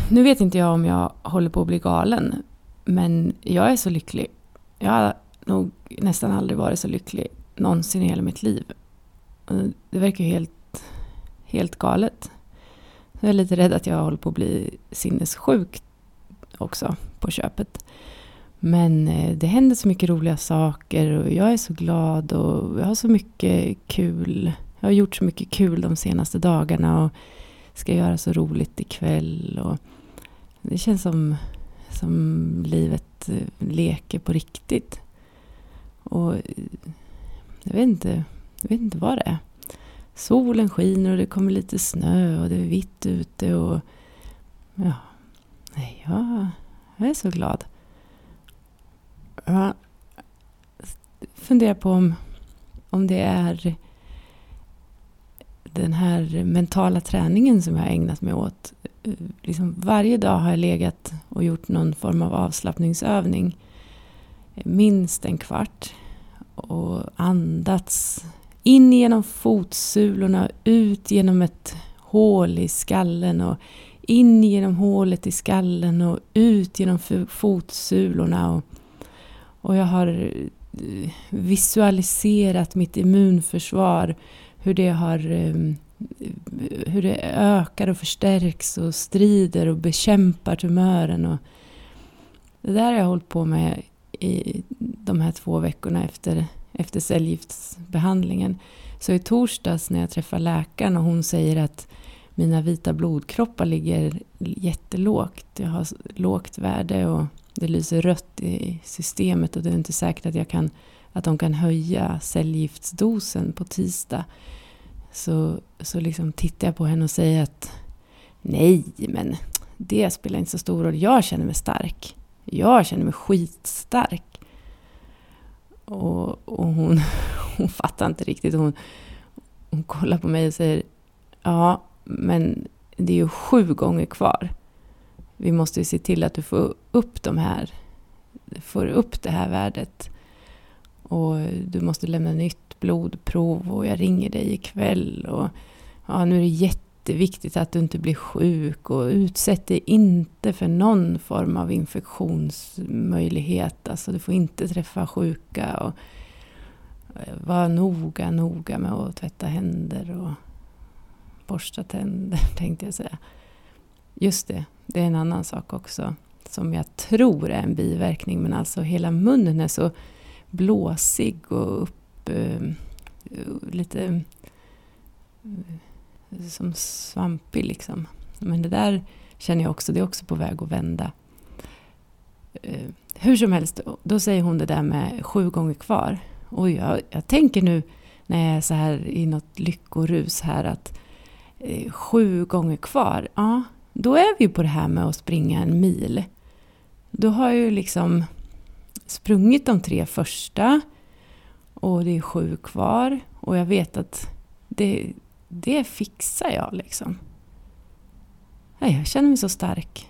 Nu vet inte jag om jag håller på att bli galen. Men jag är så lycklig. Jag har nog nästan aldrig varit så lycklig någonsin i hela mitt liv. Det verkar ju helt galet. Jag är lite rädd att jag håller på att bli sinnessjuk också på köpet. Men det händer så mycket roliga saker och jag är så glad och jag har så mycket kul. Jag har gjort så mycket kul de senaste dagarna och ska göra så roligt ikväll. Och det känns som livet leker på riktigt. Och jag vet inte vad det är. Solen skiner och det kommer lite snö och det är vitt ute och ja, nej, jag är så glad. Jag funderar på om det är den här mentala träningen som jag har ägnat mig åt. Liksom varje dag har jag legat och gjort någon form av avslappningsövning. Minst en kvart. Och andats in genom fotsulorna, ut genom ett hål i skallen och in genom hålet i skallen och ut genom fotsulorna. Och jag har visualiserat mitt immunförsvar, hur det ökar och förstärks och strider och bekämpar tumören. Och det där har jag hållit på med i de här 2 veckorna efter cellgiftsbehandlingen. Så i torsdags när jag träffar läkaren och hon säger att mina vita blodkroppar ligger jättelågt. Jag har lågt värde och det lyser rött i systemet och det är inte säkert att de kan höja cellgiftsdosen på tisdag. Så liksom tittar jag på henne och säger att nej, men det spelar inte så stor roll. Jag känner mig stark. Jag känner mig skitstark. Och hon fattar inte riktigt. Hon kollar på mig och säger ja, men det är ju 7 gånger kvar. Vi måste ju se till att du får upp det här värdet. Och du måste lämna nytt blodprov och jag ringer dig ikväll. Och ja, nu är det jätteviktigt att du inte blir sjuk och utsätt dig inte för någon form av infektionsmöjlighet. Alltså du får inte träffa sjuka och var noga med att tvätta händer och borsta tänder, tänkte jag säga. Just det är en annan sak också som jag tror är en biverkning, men alltså hela munnen är så blåsig och lite som svampig liksom. Men det där känner jag också, det är också på väg att vända. Hur som helst, då säger hon det där med 7 gånger kvar. Och jag tänker nu när jag är så här i något lyckorus här att 7 gånger kvar, ja, då är vi på det här med att springa 1 mil. Då har jag ju liksom sprungit de 3 första och det är 7 kvar och jag vet att det fixar jag liksom. Nej, jag känner mig så stark.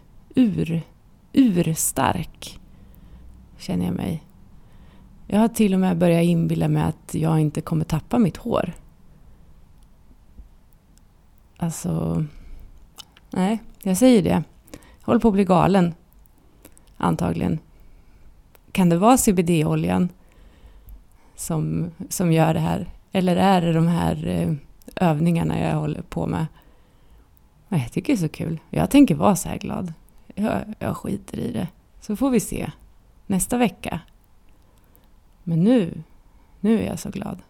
Urstark känner jag mig. Jag har till och med börjat inbilla mig att jag inte kommer tappa mitt hår. Alltså, nej, jag säger det. Jag håller på att bli galen. Antagligen. Kan det vara CBD-oljan som gör det här? Eller är det de här övningarna jag håller på med? Jag tycker det är så kul. Jag tänker vara så här glad. Jag skiter i det. Så får vi se nästa vecka. Men nu är jag så glad.